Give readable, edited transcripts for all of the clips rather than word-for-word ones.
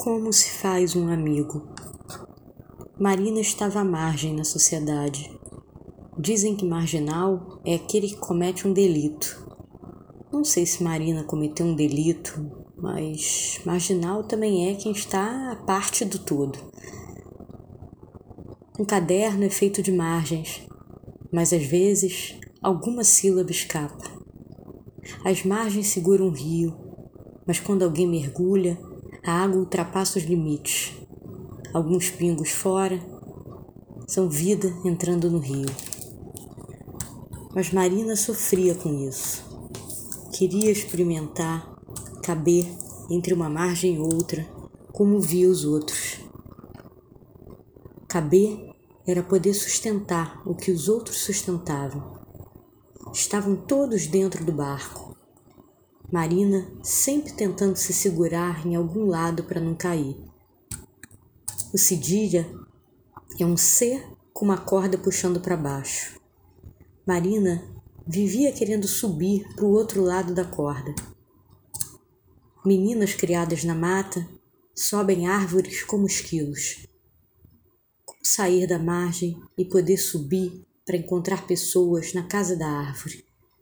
Como se faz um amigo? Marina estava à margem na sociedade. Dizem que marginal é aquele que comete um delito. Não sei se Marina cometeu um delito, mas marginal também é quem está à parte do todo. Um caderno é feito de margens, mas às vezes alguma sílaba escapa. As margens seguram o rio, mas quando alguém mergulha, a água ultrapassa os limites. Alguns pingos fora são vida entrando no rio. Mas Marina sofria com isso. Queria experimentar, caber entre uma margem e outra, como via os outros. Caber era poder sustentar o que os outros sustentavam. Estavam todos dentro do barco. Marina sempre tentando se segurar em algum lado para não cair. O Cedilha é um ser com uma corda puxando para baixo. Marina vivia querendo subir para o outro lado da corda. Meninas criadas na mata sobem árvores como esquilos. Como sair da margem e poder subir para encontrar pessoas na casa da árvore?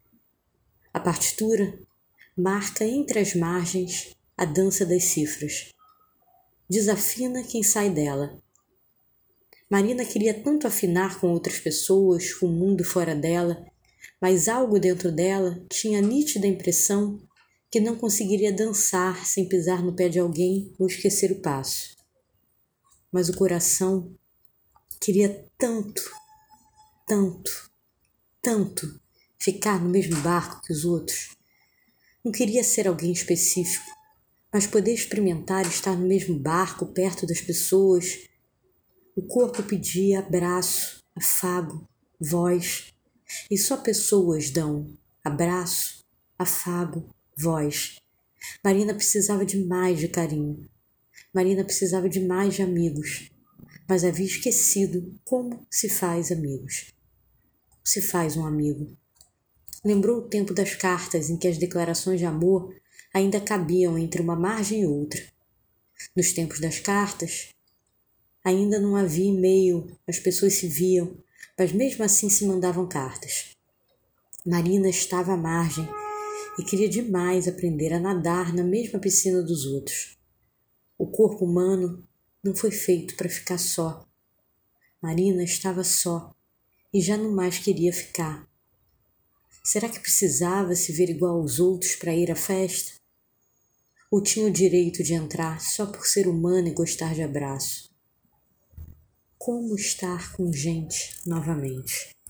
A partitura marca entre as margens a dança das cifras. Desafina quem sai dela. Marina queria tanto afinar com outras pessoas, com o mundo fora dela, mas algo dentro dela tinha a nítida impressão que não conseguiria dançar sem pisar no pé de alguém ou esquecer o passo. Mas o coração queria tanto, tanto, tanto ficar no mesmo barco que os outros. Não queria ser alguém específico, mas poder experimentar estar no mesmo barco, perto das pessoas. O corpo pedia abraço, afago, voz. E só pessoas dão abraço, afago, voz. Marina precisava de mais de carinho. Marina precisava de mais de amigos. Mas havia esquecido como se faz amigos. Como se faz um amigo? Lembrou o tempo das cartas em que as declarações de amor ainda cabiam entre uma margem e outra. Nos tempos das cartas, ainda não havia e-mail, as pessoas se viam, mas mesmo assim se mandavam cartas. Marina estava à margem e queria demais aprender a nadar na mesma piscina dos outros. O corpo humano não foi feito para ficar só. Marina estava só e já não mais queria ficar. Será que precisava se ver igual aos outros para ir à festa? Ou tinha o direito de entrar só por ser humana e gostar de abraço? Como estar com gente novamente?